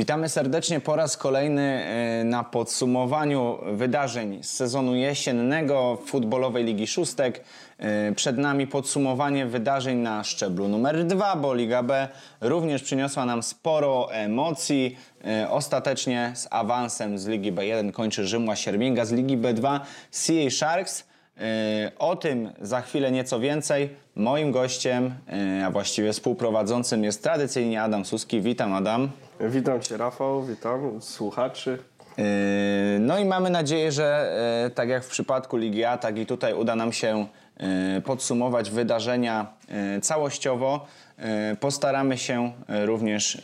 Witamy serdecznie po raz kolejny na podsumowaniu wydarzeń z sezonu jesiennego Futbolowej Ligi Szóstek. Przed nami podsumowanie wydarzeń na szczeblu numer 2, bo Liga B również przyniosła nam sporo emocji. Ostatecznie z awansem z Ligi B1 kończy Rzymła Siermięga, z Ligi B2 CA Sharks. O tym za chwilę nieco więcej. Moim gościem, a właściwie współprowadzącym jest tradycyjnie Adam Suski. Witam, Adam. Witam Cię, Rafał, witam słuchaczy. No i mamy nadzieję, że tak jak w przypadku Ligi A, tak i tutaj uda nam się podsumować wydarzenia całościowo. Postaramy się również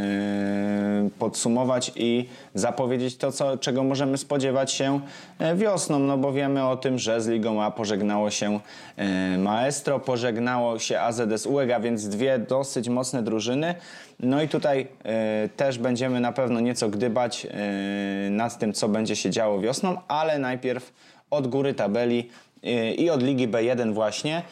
podsumować i zapowiedzieć to, czego możemy spodziewać się wiosną, no bo wiemy o tym, że z Ligą A pożegnało się Maestro, pożegnało się AZS UEG, a więc dwie dosyć mocne drużyny. No i tutaj też będziemy na pewno nieco gdybać nad tym, co będzie się działo wiosną, ale najpierw od góry tabeli i od Ligi B1 właśnie.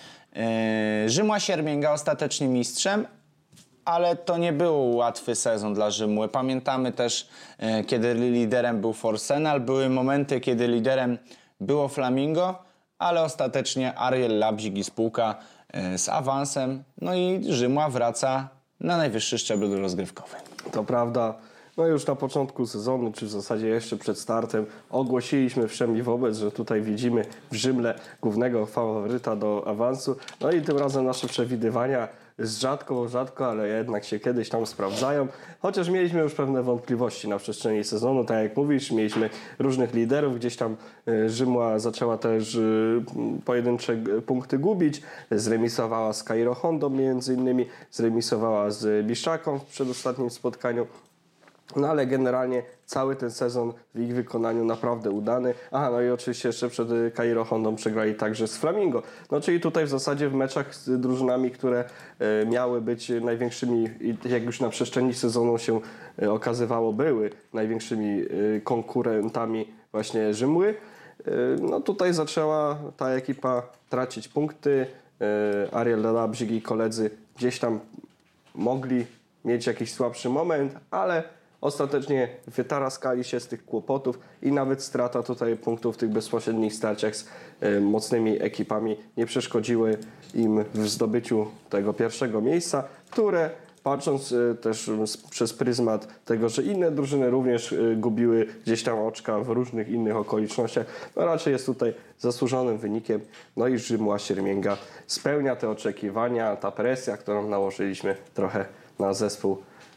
Rzymła Siermięga ostatecznie mistrzem, ale to nie był łatwy sezon dla Rzymły. Pamiętamy też, kiedy liderem był Forsenal, były momenty, kiedy liderem było Flamingo, ale ostatecznie Ariel Labzik i spółka z awansem, no i Rzymła wraca na najwyższy szczebel rozgrywkowy. To prawda. No już na początku sezonu, czy w zasadzie jeszcze przed startem, ogłosiliśmy wszem i wobec, że tutaj widzimy w Rzymle głównego faworyta do awansu. No i tym razem nasze przewidywania rzadko, ale jednak się kiedyś tam sprawdzają. Chociaż mieliśmy już pewne wątpliwości na przestrzeni sezonu, tak jak mówisz, mieliśmy różnych liderów, gdzieś tam Rzymła zaczęła też pojedyncze punkty gubić, zremisowała z Cairo Hondą między innymi, zremisowała z Biszaką w przedostatnim spotkaniu. No ale generalnie cały ten sezon w ich wykonaniu naprawdę udany. Aha, no i oczywiście jeszcze przed Cairo Hondą przegrali także z Flamingo. No czyli tutaj w zasadzie w meczach z drużynami, które miały być największymi, jak już na przestrzeni sezonu się okazywało, były największymi konkurentami właśnie Rzymły. No tutaj zaczęła ta ekipa tracić punkty. Ariel Labzik i koledzy gdzieś tam mogli mieć jakiś słabszy moment, ale ostatecznie wytaraskali się z tych kłopotów i nawet strata tutaj punktów w tych bezpośrednich starciach z mocnymi ekipami nie przeszkodziły im w zdobyciu tego pierwszego miejsca, które patrząc też przez pryzmat tego, że inne drużyny również gubiły gdzieś tam oczka w różnych innych okolicznościach, no raczej jest tutaj zasłużonym wynikiem. No i Rzymła Siermięga spełnia te oczekiwania, ta presja, którą nałożyliśmy trochę na zespół,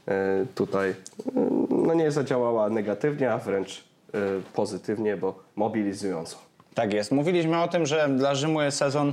tutaj no nie zadziałała negatywnie, a wręcz pozytywnie, bo mobilizująco. Tak jest. Mówiliśmy o tym, że dla Rzymły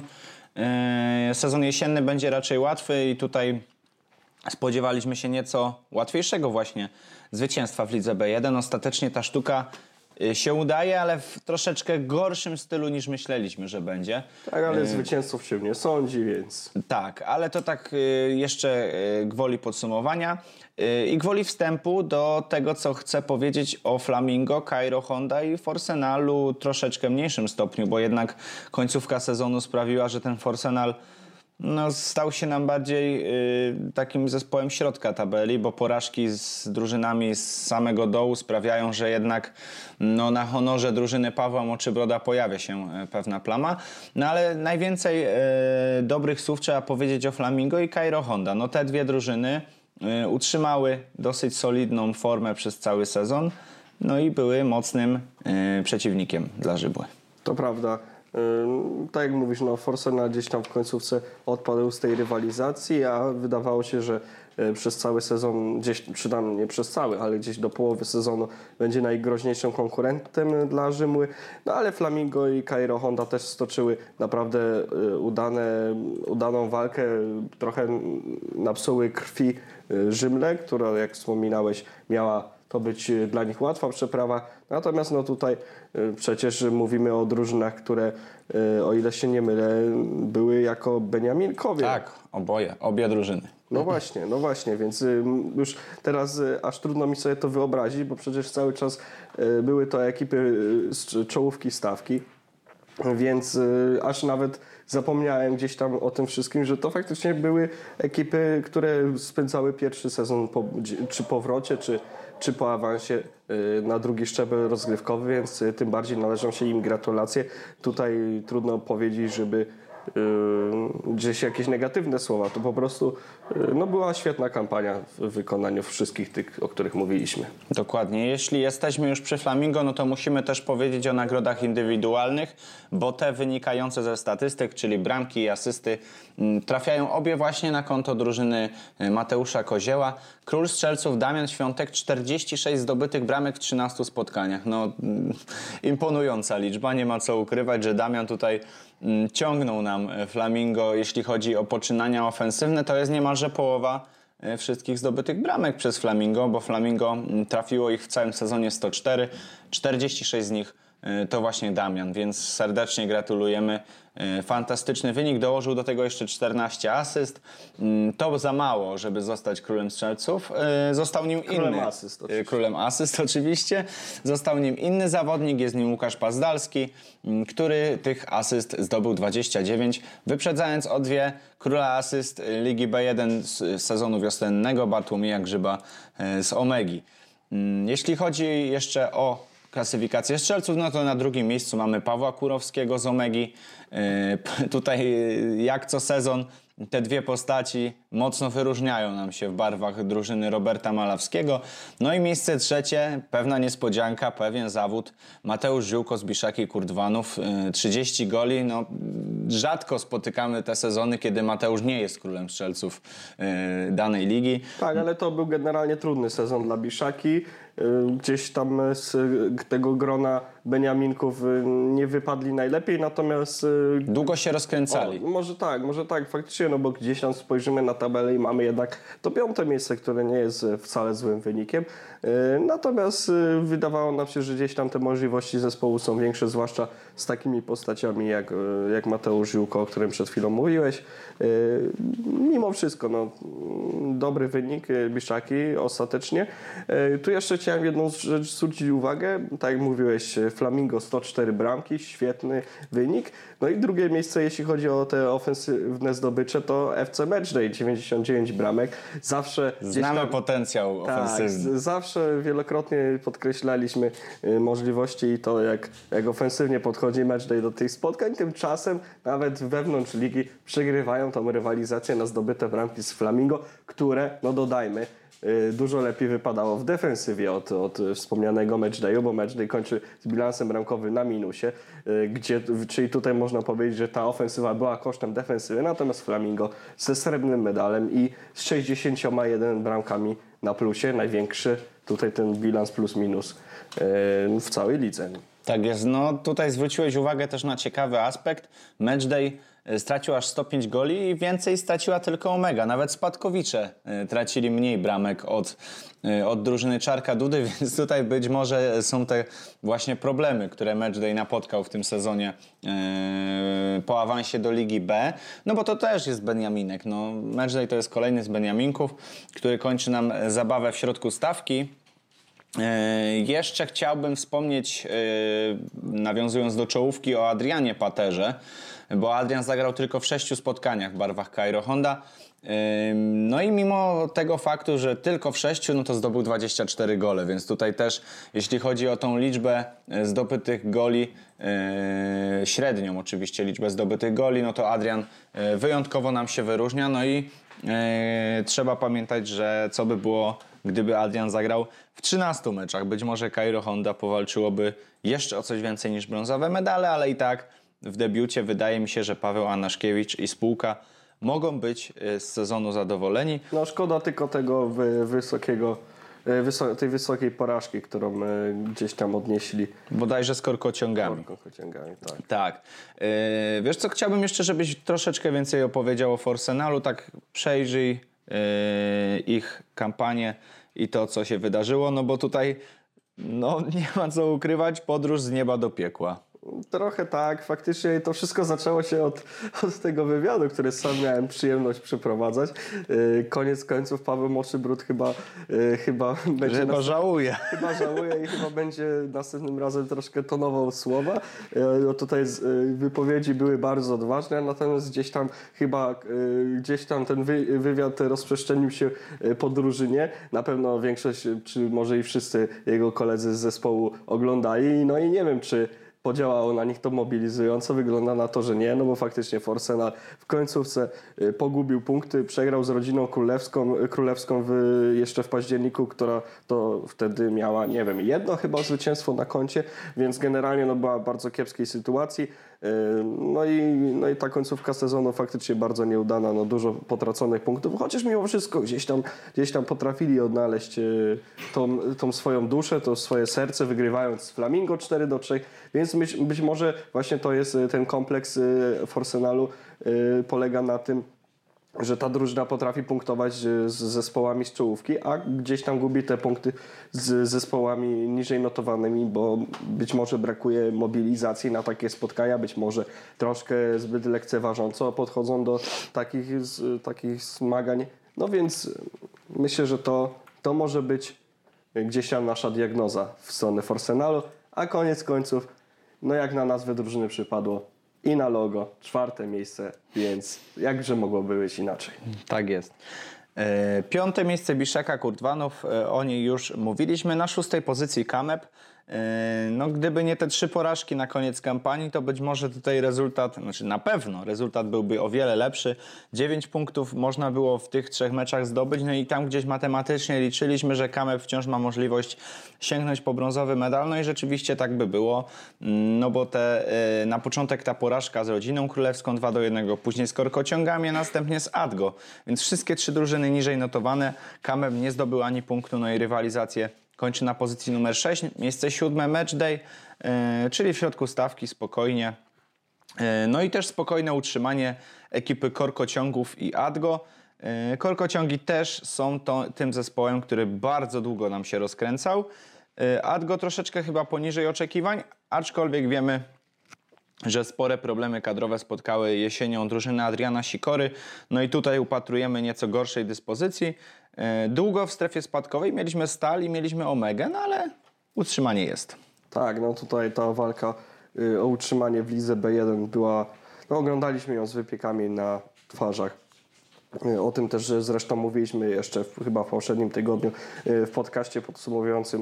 sezon jesienny będzie raczej łatwy i tutaj spodziewaliśmy się nieco łatwiejszego właśnie zwycięstwa w Lidze B1. Ostatecznie ta sztuka się udaje, ale w troszeczkę gorszym stylu niż myśleliśmy, że będzie. Tak, ale zwycięzców się nie sądzi, więc... Tak, ale to tak jeszcze gwoli podsumowania i gwoli wstępu do tego, co chcę powiedzieć o Flamingo, Cairo Honda i Forsenalu w troszeczkę mniejszym stopniu, bo jednak końcówka sezonu sprawiła, że ten Forsenal stał się nam bardziej takim zespołem środka tabeli, bo porażki z drużynami z samego dołu sprawiają, że jednak na honorze drużyny Pawła Moczybroda pojawia się pewna plama. No ale najwięcej dobrych słów trzeba powiedzieć o Flamingo i Cairo Honda. No te dwie drużyny utrzymały dosyć solidną formę przez cały sezon, no i były mocnym przeciwnikiem dla Rzymły. To prawda. Tak jak mówisz, Forsenal gdzieś tam w końcówce odpadł z tej rywalizacji, a wydawało się, że przez cały sezon, gdzieś, czy tam nie przez cały, ale gdzieś do połowy sezonu będzie najgroźniejszym konkurentem dla Rzymły. No ale Flamingo i Cairo Honda też stoczyły naprawdę udaną walkę, trochę napsuły krwi Rzymle, która, jak wspominałeś, miała to być dla nich łatwa przeprawa. Natomiast tutaj przecież mówimy o drużynach, które, o ile się nie mylę, były jako Beniaminkowie. Tak, obie drużyny. No właśnie, więc już teraz aż trudno mi sobie to wyobrazić, bo przecież cały czas były to ekipy z czołówki stawki, więc aż nawet zapomniałem gdzieś tam o tym wszystkim, że to faktycznie były ekipy, które spędzały pierwszy sezon czy powrocie, czy czy po awansie na drugi szczebel rozgrywkowy, więc tym bardziej należą się im gratulacje. Tutaj trudno powiedzieć, żeby gdzieś jakieś negatywne słowa, to po prostu no, była świetna kampania w wykonaniu wszystkich tych, o których mówiliśmy. Dokładnie. Jeśli jesteśmy już przy Flamingo, no to musimy też powiedzieć o nagrodach indywidualnych, bo te wynikające ze statystyk, czyli bramki i asysty, trafiają obie właśnie na konto drużyny Mateusza Kozieła. Król strzelców Damian Świątek, 46 zdobytych bramek w 13 spotkaniach. No, imponująca liczba, nie ma co ukrywać, że Damian tutaj ciągnął nam Flamingo, jeśli chodzi o poczynania ofensywne, to jest niemalże połowa wszystkich zdobytych bramek przez Flamingo, bo Flamingo trafiło ich w całym sezonie 104, 46 z nich to właśnie Damian, więc serdecznie gratulujemy. Fantastyczny wynik, dołożył do tego jeszcze 14 asyst. To za mało, żeby zostać królem strzelców. Został nim królem asyst oczywiście. Został nim inny zawodnik, jest nim Łukasz Pazdalski, który tych asyst zdobył 29, wyprzedzając o dwie króla asyst Ligi B1 z sezonu wiosennego, Bartłomieja Grzyba z Omegi. Jeśli chodzi jeszcze o klasyfikację strzelców, no to na drugim miejscu mamy Pawła Kurowskiego z Omegi. Tutaj jak co sezon te dwie postaci mocno wyróżniają nam się w barwach drużyny Roberta Malawskiego. No i miejsce trzecie, pewna niespodzianka, pewien zawód. Mateusz Ziółko z Biszaki Kurdwanów, 30 goli. No, rzadko spotykamy te sezony, kiedy Mateusz nie jest królem strzelców danej ligi. Tak, ale to był generalnie trudny sezon dla Biszaki. Gdzieś tam z tego grona Beniaminków nie wypadli najlepiej, natomiast... Długo się rozkręcali. Może tak, faktycznie, no bo gdzieś tam spojrzymy na tabelę i mamy jednak to 5. miejsce, które nie jest wcale złym wynikiem. Natomiast wydawało nam się, że gdzieś tam te możliwości zespołu są większe, zwłaszcza z takimi postaciami jak Mateusz Ziółko, o którym przed chwilą mówiłeś. Mimo wszystko, no, dobry wynik Biszaki ostatecznie. Tu jeszcze chciałem jedną rzecz zwrócić uwagę. Tak jak mówiłeś, Flamingo 104 bramki, świetny wynik. No i drugie miejsce, jeśli chodzi o te ofensywne zdobycze, to FC Matchday, 99 bramek. Zawsze znamy potencjał ofensywny. Tak, zawsze wielokrotnie podkreślaliśmy możliwości i to, jak ofensywnie podchodzi Matchday do tych spotkań. Tymczasem nawet wewnątrz ligi przegrywają tą rywalizację na zdobyte bramki z Flamingo, które, no dodajmy, dużo lepiej wypadało w defensywie od wspomnianego Matchdayu, bo Matchday kończy z bilansem bramkowym na minusie, czyli tutaj można powiedzieć, że ta ofensywa była kosztem defensywy, natomiast Flamingo ze srebrnym medalem i z 61 bramkami na plusie, największy tutaj ten bilans plus minus w całej lidze. Tak jest, no tutaj zwróciłeś uwagę też na ciekawy aspekt. Matchday stracił aż 105 goli i więcej straciła tylko Omega. Nawet spadkowicze tracili mniej bramek od drużyny Czarka Dudy, więc tutaj być może są te właśnie problemy, które Matchday napotkał w tym sezonie po awansie do Ligi B. No bo to też jest Beniaminek. No, Matchday to jest kolejny z Beniaminków, który kończy nam zabawę w środku stawki. Jeszcze chciałbym wspomnieć, nawiązując do czołówki, o Adrianie Paterze, bo Adrian zagrał tylko w 6 spotkaniach w barwach Cairo Honda. No i mimo tego faktu, że tylko w 6, no to zdobył 24 gole, więc tutaj też, jeśli chodzi o tą liczbę zdobytych goli, średnią oczywiście liczbę zdobytych goli, no to Adrian wyjątkowo nam się wyróżnia. No i trzeba pamiętać, że co by było, gdyby Adrian zagrał w 13 meczach. Być może Cairo Honda powalczyłoby jeszcze o coś więcej niż brązowe medale, ale i tak w debiucie wydaje mi się, że Paweł Anaszkiewicz i spółka mogą być z sezonu zadowoleni. No szkoda tylko tego tej wysokiej porażki, którą gdzieś tam odnieśli. Bodajże z korkociągami. Tak. Tak. Wiesz co, chciałbym jeszcze, żebyś troszeczkę więcej opowiedział o Forsenalu. Tak przejrzyj ich kampanię i to, co się wydarzyło, no bo tutaj no, nie ma co ukrywać, podróż z nieba do piekła. Trochę tak, faktycznie to wszystko zaczęło się od tego wywiadu, który sam miałem przyjemność przeprowadzać. Koniec końców Paweł Moczybrud chyba będzie... Chyba żałuje. Chyba żałuje i chyba będzie następnym razem troszkę tonował słowa. Tutaj wypowiedzi były bardzo odważne, natomiast gdzieś tam ten wywiad rozprzestrzenił się po drużynie. Na pewno większość, czy może i wszyscy jego koledzy z zespołu oglądali. No i nie wiem, czy podziałało na nich to mobilizująco. Wygląda na to, że nie, no bo faktycznie Forsenal w końcówce pogubił punkty, przegrał z rodziną królewską jeszcze w październiku, która to wtedy miała, nie wiem, jedno chyba zwycięstwo na koncie, więc generalnie no, była w bardzo kiepskiej sytuacji. No i ta końcówka sezonu faktycznie bardzo nieudana, no dużo potraconych punktów, chociaż mimo wszystko gdzieś tam potrafili odnaleźć tą swoją duszę, to swoje serce, wygrywając z Flamingo 4-3, więc być może właśnie to jest ten kompleks Forsenalu, polega na tym, że ta drużyna potrafi punktować z zespołami z czołówki, a gdzieś tam gubi te punkty z zespołami niżej notowanymi, bo być może brakuje mobilizacji na takie spotkania, być może troszkę zbyt lekceważąco podchodzą do takich zmagań. No więc myślę, że to może być gdzieś tam nasza diagnoza w stronę Forsenalu, a koniec końców, no jak na nazwę drużyny przypadło, i na logo 4. miejsce, więc jakże mogłoby być inaczej. Tak jest. 5. miejsce Biszeka Kurdwanów, o niej już mówiliśmy. Na 6. pozycji Kamep. No, gdyby nie te 3 porażki na koniec kampanii, to być może tutaj rezultat, znaczy na pewno rezultat byłby o wiele lepszy. 9 punktów można było w tych 3 meczach zdobyć, no i tam gdzieś matematycznie liczyliśmy, że Kamep wciąż ma możliwość sięgnąć po brązowy medal, no i rzeczywiście tak by było, no bo na początek ta porażka z rodziną królewską 2-1, później z Korkociągami, a następnie z Adgo, więc wszystkie 3 drużyny niżej notowane. Kamep nie zdobył ani punktu, no i rywalizację kończy na pozycji numer 6, miejsce 7, matchday, czyli w środku stawki, spokojnie. No i też spokojne utrzymanie ekipy Korkociągów i Adgo. Korkociągi też są tym zespołem, który bardzo długo nam się rozkręcał. Adgo troszeczkę chyba poniżej oczekiwań, aczkolwiek wiemy, że spore problemy kadrowe spotkały jesienią drużynę Adriana Sikory. No i tutaj upatrujemy nieco gorszej dyspozycji. Długo w strefie spadkowej mieliśmy Stal i mieliśmy Omegę, no ale utrzymanie jest. Tak, no tutaj ta walka o utrzymanie w lidze B1 była, no oglądaliśmy ją z wypiekami na twarzach. O tym też zresztą mówiliśmy jeszcze chyba w poprzednim tygodniu w podcaście podsumowującym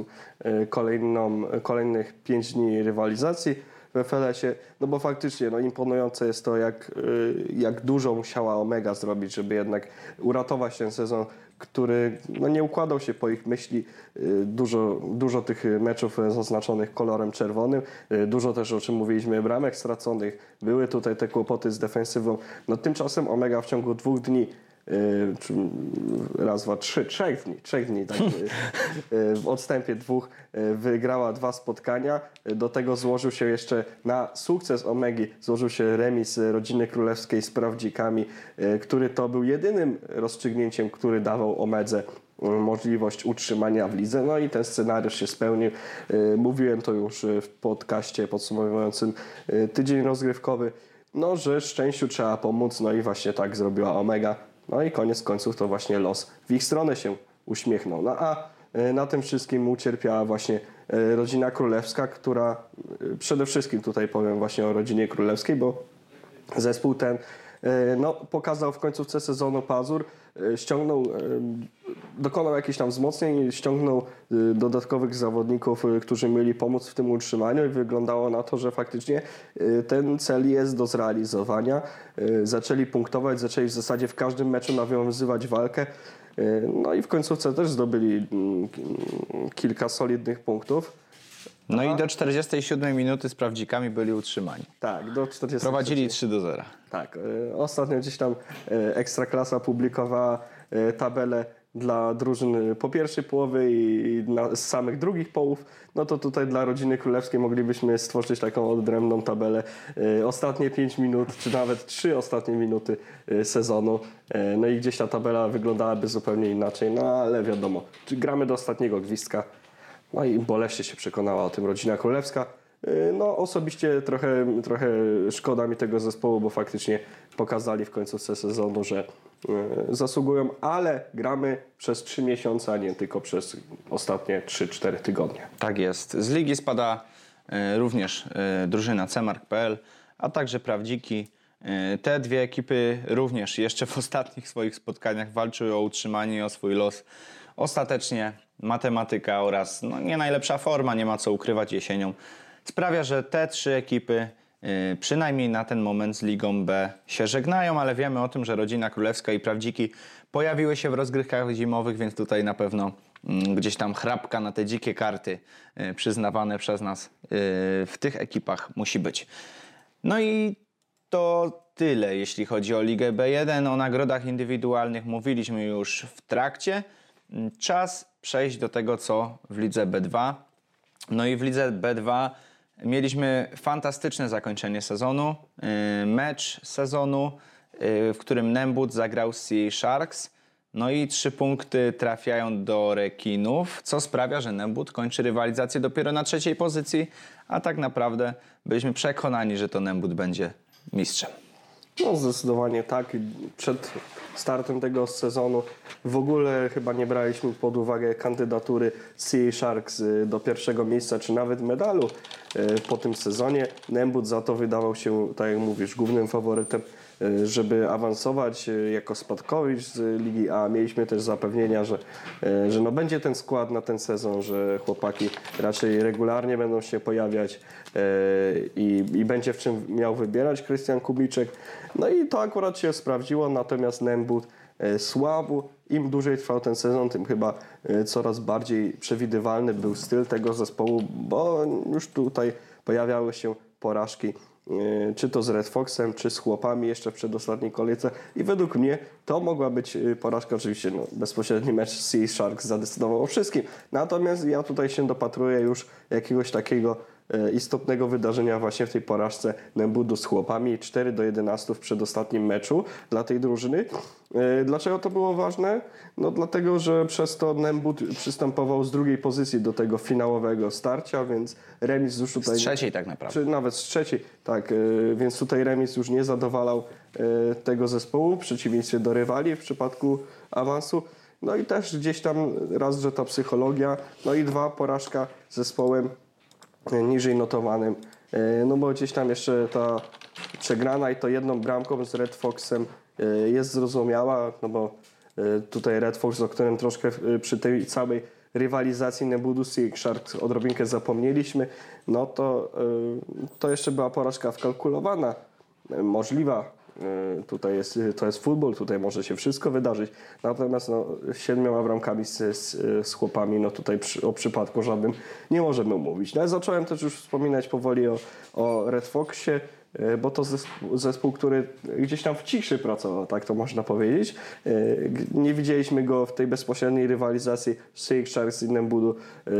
kolejnych 5 dni rywalizacji w FLS-ie, no bo faktycznie no imponujące jest to, jak dużo musiała Omega zrobić, żeby jednak uratować ten sezon, który no, nie układał się po ich myśli. Dużo tych meczów zaznaczonych kolorem czerwonym, dużo też, o czym mówiliśmy, bramek straconych, były tutaj te kłopoty z defensywą. No tymczasem Omega w ciągu 2 dni, trzech dni tak, w odstępie 2 wygrała 2 spotkania. Do tego złożył się jeszcze na sukces Omegi, złożył się remis rodziny królewskiej z Prawdzikami, który to był jedynym rozstrzygnięciem, który dawał Omedze możliwość utrzymania w lidze. No i ten scenariusz się spełnił. Mówiłem to już w podcaście podsumowującym tydzień rozgrywkowy, no, że szczęściu trzeba pomóc, no i właśnie tak zrobiła Omega. No i koniec końców to właśnie los w ich stronę się uśmiechnął. No a na tym wszystkim ucierpiała właśnie rodzina królewska, która przede wszystkim tutaj powiem właśnie o rodzinie królewskiej, bo zespół ten no, pokazał w końcówce sezonu pazur, dokonał jakichś tam wzmocnień, ściągnął dodatkowych zawodników, którzy mieli pomóc w tym utrzymaniu i wyglądało na to, że faktycznie ten cel jest do zrealizowania. Zaczęli punktować, zaczęli w zasadzie w każdym meczu nawiązywać walkę. No i w końcówce też zdobyli kilka solidnych punktów. No i do 47 minuty z Prawdzikami byli utrzymani. Tak, do 40. Prowadzili 3-0. Tak, ostatnio gdzieś tam Ekstraklasa publikowała tabelę dla drużyn po pierwszej połowie i z samych drugich połów. No to tutaj dla rodziny królewskiej moglibyśmy stworzyć taką odrębną tabelę. Ostatnie 5 minut, czy nawet 3 ostatnie minuty sezonu. No i gdzieś ta tabela wyglądałaby zupełnie inaczej. No ale wiadomo, gramy do ostatniego gwizdka. No i boleśnie się przekonała o tym rodzina królewska. No osobiście trochę szkoda mi tego zespołu, bo faktycznie pokazali w końcu sezonu, że zasługują, ale gramy przez 3 miesiące, a nie tylko przez ostatnie 3-4 tygodnie. Tak jest. Z ligi spada również drużyna Cemark.pl, a także Prawdziki. Te dwie ekipy również jeszcze w ostatnich swoich spotkaniach walczyły o utrzymanie i o swój los. Ostatecznie matematyka oraz nie najlepsza forma, nie ma co ukrywać jesienią, sprawia, że te 3 ekipy przynajmniej na ten moment z Ligą B się żegnają, ale wiemy o tym, że Rodzina Królewska i Prawdziki pojawiły się w rozgrywkach zimowych, więc tutaj na pewno gdzieś tam chrapka na te dzikie karty przyznawane przez nas w tych ekipach musi być. No i to tyle, jeśli chodzi o Ligę B1. O nagrodach indywidualnych mówiliśmy już w trakcie. Czas przejść do tego, co w Lidze B2. No i w Lidze B2 mieliśmy fantastyczne zakończenie sezonu. Mecz sezonu, w którym Nembut zagrał z Sea Sharks. No i 3 punkty trafiają do Rekinów, co sprawia, że Nembut kończy rywalizację dopiero na 3. pozycji, a tak naprawdę byliśmy przekonani, że to Nembut będzie mistrzem. No zdecydowanie tak. Przed startem tego sezonu w ogóle chyba nie braliśmy pod uwagę kandydatury Sea Sharks do 1. miejsca, czy nawet medalu po tym sezonie. Nembut za to wydawał się, tak jak mówisz, głównym faworytem, żeby awansować jako spadkowicz z Ligi A. Mieliśmy też zapewnienia, że no będzie ten skład na ten sezon, że chłopaki raczej regularnie będą się pojawiać i będzie w czym miał wybierać Krystian Kubiczek. No i to akurat się sprawdziło, natomiast Nembut słabł. Im dłużej trwał ten sezon, tym chyba coraz bardziej przewidywalny był styl tego zespołu, bo już tutaj pojawiały się porażki, czy to z Red Foxem, czy z chłopami jeszcze w przedostatniej kolejce. I według mnie to mogła być porażka. Oczywiście bezpośredni mecz z Sea Sharks zadecydował o wszystkim. Natomiast ja tutaj się dopatruję już jakiegoś takiego istotnego wydarzenia właśnie w tej porażce Nembutu z chłopami. 4-11 w przedostatnim meczu dla tej drużyny. Dlaczego to było ważne? No dlatego, że przez to Nembut przystępował z 2. pozycji do tego finałowego starcia, więc remis już tutaj... Z 3. tak naprawdę. Czy nawet z 3. Tak, więc tutaj remis już nie zadowalał tego zespołu w przeciwieństwie do rywali w przypadku awansu. No i też gdzieś tam raz, że ta psychologia, no i 2, porażka z zespołem niżej notowanym, no bo gdzieś tam jeszcze ta przegrana i to 1 bramką z Red Foxem jest zrozumiała, no bo tutaj Red Fox, o którym troszkę przy tej całej rywalizacji Nembutu z Sea Sharks odrobinkę zapomnieliśmy, no to jeszcze była porażka wkalkulowana, możliwa. Tutaj to jest futbol, tutaj może się wszystko wydarzyć. Natomiast 7 bramkami z chłopami, no tutaj o przypadku żadnym nie możemy mówić. No, ale zacząłem też już wspominać powoli o Red Foxie, bo to zespół, który gdzieś tam w ciszy pracował, tak to można powiedzieć. Nie widzieliśmy go w tej bezpośredniej rywalizacji Sea Sharks i Nembutu.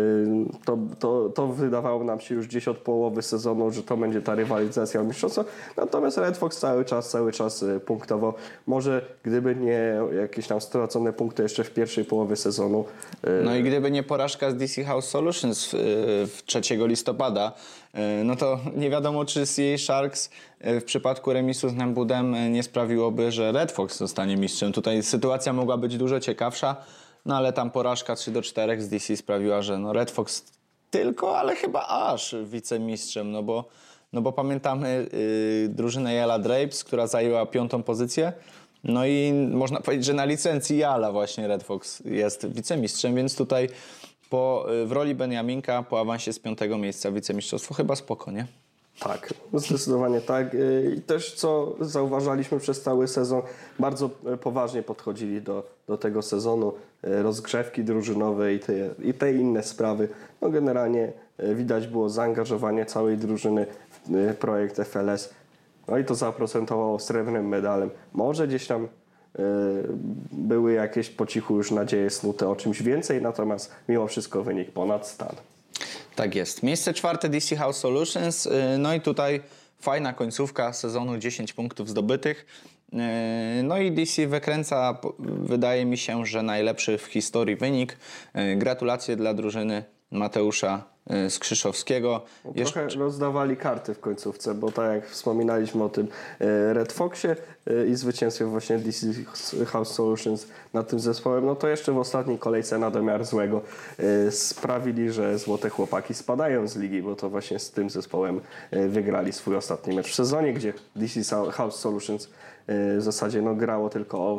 To wydawało nam się już gdzieś od połowy sezonu, że to będzie ta rywalizacja o mistrzostwo. Natomiast Red Fox cały czas punktował. Może gdyby nie jakieś tam stracone punkty jeszcze w pierwszej połowie sezonu. No i gdyby nie porażka z DC House Solutions w 3 listopada, no to nie wiadomo, czy Sea Sharks w przypadku remisu z Nembutem nie sprawiłoby, że Red Fox zostanie mistrzem. Tutaj sytuacja mogła być dużo ciekawsza, no ale tam porażka 3-4 z DC sprawiła, że Red Fox tylko, ale chyba aż wicemistrzem, no bo pamiętamy drużynę Yala Drapes, która zajęła 5. pozycję. No i można powiedzieć, że na licencji Yala właśnie Red Fox jest wicemistrzem, więc tutaj w roli Beniaminka po awansie z 5. miejsca wicemistrzostwo chyba spoko, nie? Tak, zdecydowanie tak. I też co zauważaliśmy przez cały sezon, bardzo poważnie podchodzili do tego sezonu, rozgrzewki drużynowe i te inne sprawy. No generalnie widać było zaangażowanie całej drużyny w projekt FLS. No i to zaprocentowało srebrnym medalem. Może gdzieś tam były jakieś po cichu już nadzieje snute o czymś więcej, natomiast mimo wszystko wynik ponad stan. Tak jest. Miejsce 4 DC House Solutions. No i tutaj fajna końcówka sezonu, 10 punktów zdobytych. No i DC wykręca, wydaje mi się, że najlepszy w historii wynik. Gratulacje dla drużyny Mateusza z Krzyszowskiego. Trochę rozdawali karty w końcówce, bo tak jak wspominaliśmy o tym Red Foxie i zwycięstwie właśnie DC House Solutions nad tym zespołem, no to jeszcze w ostatniej kolejce na domiar złego sprawili, że Złote Chłopaki spadają z ligi, bo to właśnie z tym zespołem wygrali swój ostatni mecz w sezonie, gdzie DC House Solutions w zasadzie no, grało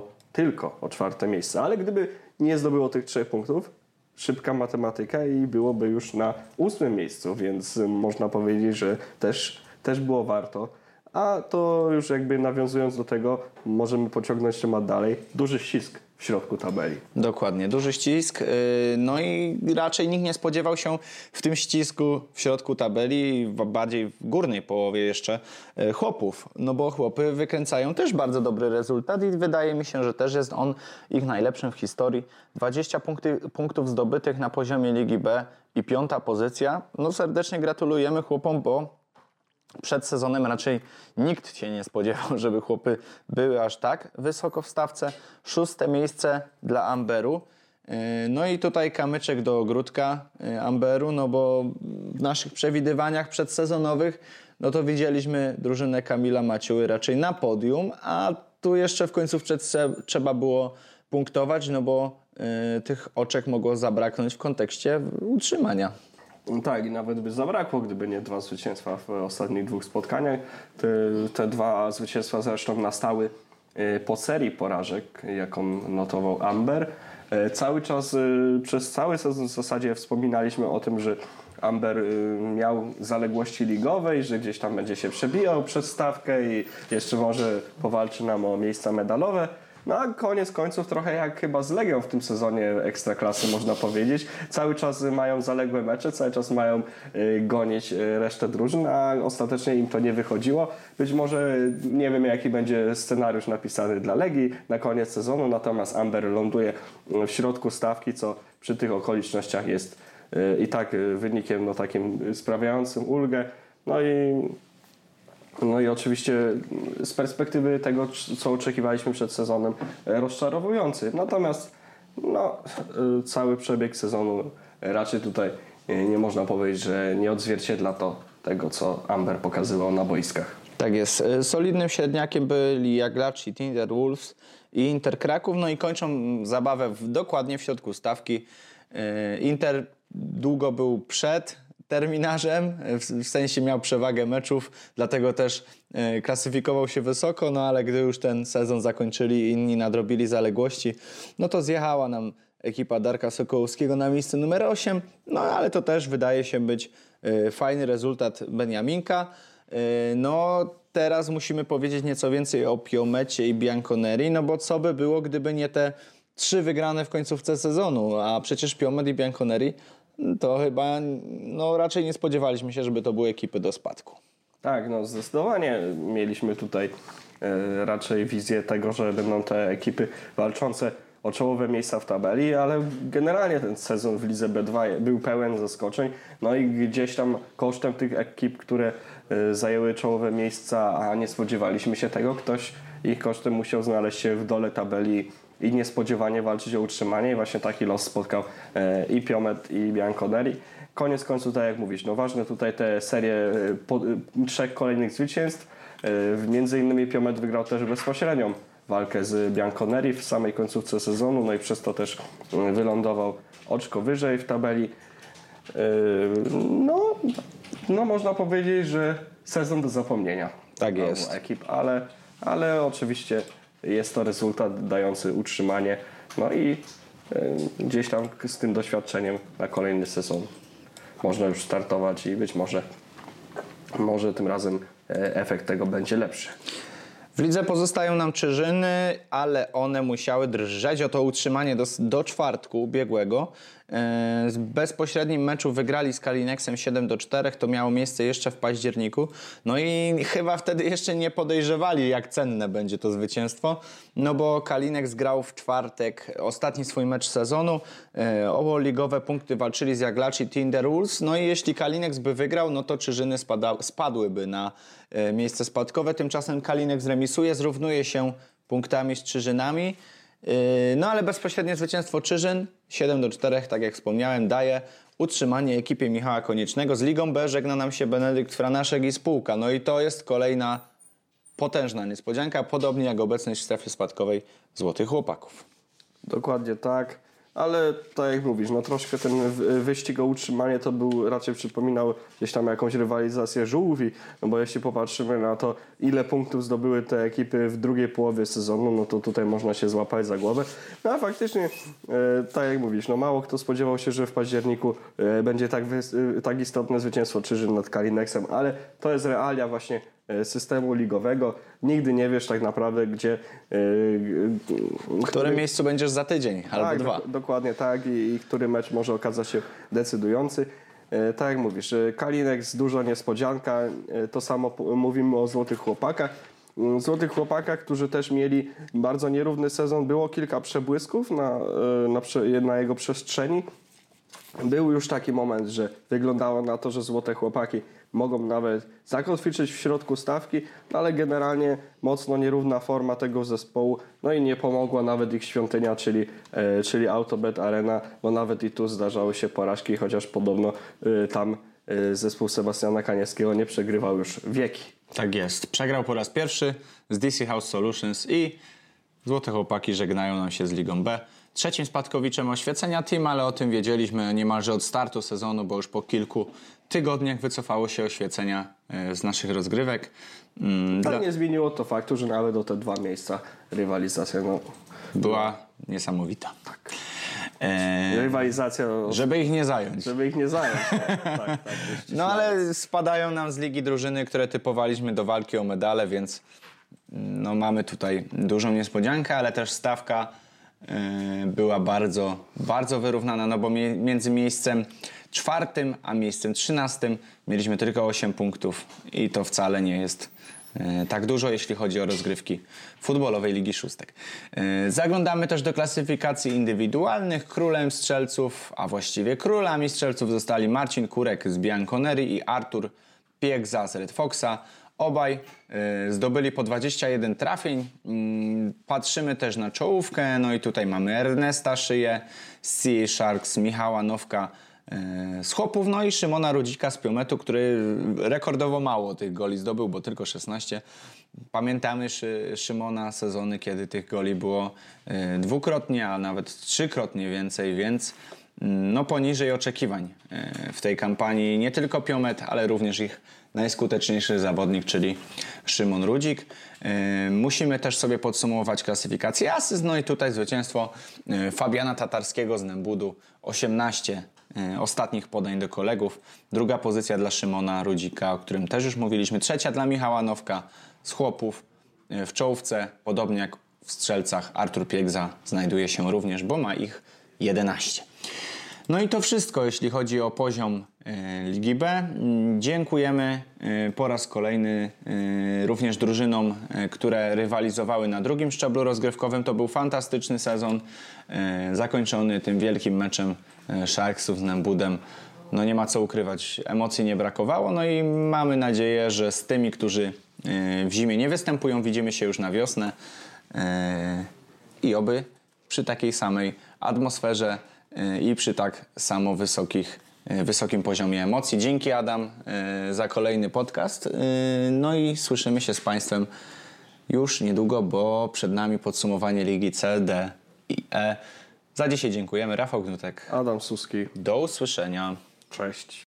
tylko o 4. miejsce, ale gdyby nie zdobyło tych 3 punktów, szybka matematyka i byłoby już na 8. miejscu, więc można powiedzieć, że też było warto. A to już jakby nawiązując do tego, możemy pociągnąć temat dalej. Duży ścisk w środku tabeli. Dokładnie, duży ścisk. No i raczej nikt nie spodziewał się w tym ścisku w środku tabeli, bardziej w górnej połowie jeszcze, chłopów. No bo chłopy wykręcają też bardzo dobry rezultat i wydaje mi się, że też jest on ich najlepszym w historii. 20 punktów zdobytych na poziomie Ligi B i 5. pozycja. No serdecznie gratulujemy chłopom, bo przed sezonem raczej nikt się nie spodziewał, żeby chłopy były aż tak wysoko w stawce. 6. miejsce dla Amberu. No i tutaj kamyczek do ogródka Amberu, no bo w naszych przewidywaniach przedsezonowych no to widzieliśmy drużynę Kamila Maciuły raczej na podium, a tu jeszcze w końcówce trzeba było punktować, no bo tych oczek mogło zabraknąć w kontekście utrzymania. Tak, i nawet by zabrakło, gdyby nie 2 zwycięstwa w ostatnich 2 spotkaniach. Te 2 zwycięstwa zresztą nastały po serii porażek, jaką notował Amber. Cały czas, przez cały sezon w zasadzie wspominaliśmy o tym, że Amber miał zaległości ligowe i że gdzieś tam będzie się przebijał przez stawkę i jeszcze może powalczy nam o miejsca medalowe. No a koniec końców trochę jak chyba z Legią w tym sezonie Ekstraklasy można powiedzieć. Cały czas mają zaległe mecze, cały czas mają gonić resztę drużyn, a ostatecznie im to nie wychodziło. Być może nie wiem jaki będzie scenariusz napisany dla Legii na koniec sezonu, natomiast Amber ląduje w środku stawki, co przy tych okolicznościach jest i tak wynikiem no, takim sprawiającym ulgę. No i oczywiście z perspektywy tego, co oczekiwaliśmy przed sezonem, rozczarowujący. Natomiast no, cały przebieg sezonu raczej tutaj nie można powiedzieć, że nie odzwierciedla to tego, co Amber pokazywał na boiskach. Tak jest. Solidnym średniakiem byli Jaglaci, Tinder Wolves i Inter Kraków. No i kończą zabawę dokładnie w środku stawki. Inter długo był przed terminarzem, w sensie miał przewagę meczów, dlatego też klasyfikował się wysoko, no ale gdy już ten sezon zakończyli i inni nadrobili zaległości, no to zjechała nam ekipa Darka Sokołowskiego na miejsce numer 8, no ale to też wydaje się być fajny rezultat Beniaminka. No teraz musimy powiedzieć nieco więcej o Piomecie i Bianconeri, no bo co by było, gdyby nie te 3 wygrane w końcówce sezonu, a przecież Piomet i Bianconeri to chyba no, raczej nie spodziewaliśmy się, żeby to były ekipy do spadku. Tak, no zdecydowanie mieliśmy tutaj raczej wizję tego, że będą te ekipy walczące o czołowe miejsca w tabeli, ale generalnie ten sezon w Lidze B2 był pełen zaskoczeń. No i gdzieś tam kosztem tych ekip, które zajęły czołowe miejsca, a nie spodziewaliśmy się tego, ktoś ich kosztem musiał znaleźć się w dole tabeli i niespodziewanie walczyć o utrzymanie i właśnie taki los spotkał i Piomet i Bianconeri. Koniec końców, tak jak mówisz, no ważne tutaj te serie 3 kolejnych zwycięstw. Między innymi Piomet wygrał też bezpośrednią walkę z Bianconeri w samej końcówce sezonu, no i przez to też wylądował oczko wyżej w tabeli. No można powiedzieć, że sezon do zapomnienia. Tak jest. Ekip, ale oczywiście jest to rezultat dający utrzymanie, no i gdzieś tam z tym doświadczeniem na kolejny sezon można już startować i być może tym razem efekt tego będzie lepszy. W lidze pozostają nam Czyżyny, ale one musiały drżeć o to utrzymanie do czwartku ubiegłego. W bezpośrednim meczu wygrali z Kalinexem 7-4, to miało miejsce jeszcze w październiku. No i chyba wtedy jeszcze nie podejrzewali, jak cenne będzie to zwycięstwo, no bo Kalinex grał w czwartek ostatni swój mecz sezonu. O ligowe punkty walczyli z Jaglaci Tinder Wolves. No i jeśli Kalinex by wygrał, no to Czyżyny spadłyby na miejsce spadkowe. Tymczasem Kalinex remisuje, zrównuje się punktami z Czyżynami. No ale bezpośrednie zwycięstwo Czyżyn 7-4, tak jak wspomniałem, daje utrzymanie ekipie Michała Koniecznego. Z Ligą B żegna nam się Benedykt Franaszek i spółka. No i to jest kolejna potężna niespodzianka, podobnie jak obecność w strefie spadkowej Złotych Chłopaków. Dokładnie tak, ale tak jak mówisz, no troszkę ten wyścig o utrzymanie to był, raczej przypominał gdzieś tam jakąś rywalizację żółwi, no bo jeśli popatrzymy na to, ile punktów zdobyły te ekipy w drugiej połowie sezonu, no to tutaj można się złapać za głowę. No a faktycznie, tak jak mówisz, no mało kto spodziewał się, że w październiku będzie tak istotne zwycięstwo Czyżyn nad Kalineksem, ale to jest realia właśnie systemu ligowego. Nigdy nie wiesz tak naprawdę, gdzie... W którym miejscu będziesz za tydzień albo tak, dwa. Dokładnie tak i który mecz może okazać się decydujący. Tak jak mówisz, Kalineks duża niespodzianka, to samo mówimy o Złotych Chłopakach. Złotych Chłopakach, którzy też mieli bardzo nierówny sezon, było kilka przebłysków na jego przestrzeni. Był już taki moment, że wyglądało na to, że Złote Chłopaki mogą nawet zakotwiczyć w środku stawki, no ale generalnie mocno nierówna forma tego zespołu, no i nie pomogła nawet ich świątynia, czyli Autobet Arena, bo nawet i tu zdarzały się porażki, chociaż podobno tam zespół Sebastiana Kaniewskiego nie przegrywał już wieki. Tak jest. Przegrał po raz pierwszy z DC House Solutions i Złote Chłopaki żegnają nam się z Ligą B. Trzecim spadkowiczem Oświecenia Team, ale o tym wiedzieliśmy niemalże od startu sezonu, bo już po kilku tygodniach wycofało się Oświecenia z naszych rozgrywek. Ale nie zmieniło to faktu, że nawet o te dwa miejsca rywalizacja była niesamowita. Tak. Rywalizacja... Żeby ich nie zająć. Żeby ich nie zająć. Tak, no ale spadają nam z ligi drużyny, które typowaliśmy do walki o medale, więc no, mamy tutaj dużą niespodziankę, ale też stawka była bardzo, bardzo wyrównana, no bo między miejscem 4. a miejscem 13 mieliśmy tylko 8 punktów i to wcale nie jest tak dużo, jeśli chodzi o rozgrywki futbolowej Ligi Szóstek. Zaglądamy też do klasyfikacji indywidualnych. Królem strzelców, a właściwie królami strzelców zostali Marcin Kurek z Bianconeri i Artur Piegza z Red Foxa. Obaj zdobyli po 21 trafień. Patrzymy też na czołówkę. No i tutaj mamy Ernesta Szyję z CA Sharks, Michała Nowka z Chłopów, no i Szymona Rudzika z Piometu, który rekordowo mało tych goli zdobył, bo tylko 16. Pamiętamy Szymona sezony, kiedy tych goli było dwukrotnie, a nawet trzykrotnie więcej, więc no poniżej oczekiwań w tej kampanii nie tylko Piomet, ale również ich najskuteczniejszy zawodnik, czyli Szymon Rudzik. Musimy też sobie podsumować klasyfikację asyst, no i tutaj zwycięstwo Fabiana Tatarskiego z Nembudu, 18 ostatnich podań do kolegów. Druga pozycja dla Szymona Rudzika, o którym też już mówiliśmy. Trzecia dla Michała Nowka z Chłopów. W czołówce, podobnie jak w strzelcach, Artur Piegza znajduje się również, bo ma ich 11. No i to wszystko, jeśli chodzi o poziom Ligi B. Dziękujemy po raz kolejny również drużynom, które rywalizowały na drugim szczeblu rozgrywkowym. To był fantastyczny sezon, zakończony tym wielkim meczem Sharksów z Nembudem. No nie ma co ukrywać, emocji nie brakowało. No i mamy nadzieję, że z tymi, którzy w zimie nie występują, widzimy się już na wiosnę i oby przy takiej samej atmosferze i przy tak samo wysokim poziomie emocji. Dzięki, Adam, za kolejny podcast. No i słyszymy się z Państwem już niedługo, bo przed nami podsumowanie Ligi C, D i E. Za dzisiaj dziękujemy. Rafał Gnutek. Adam Suski. Do usłyszenia. Cześć.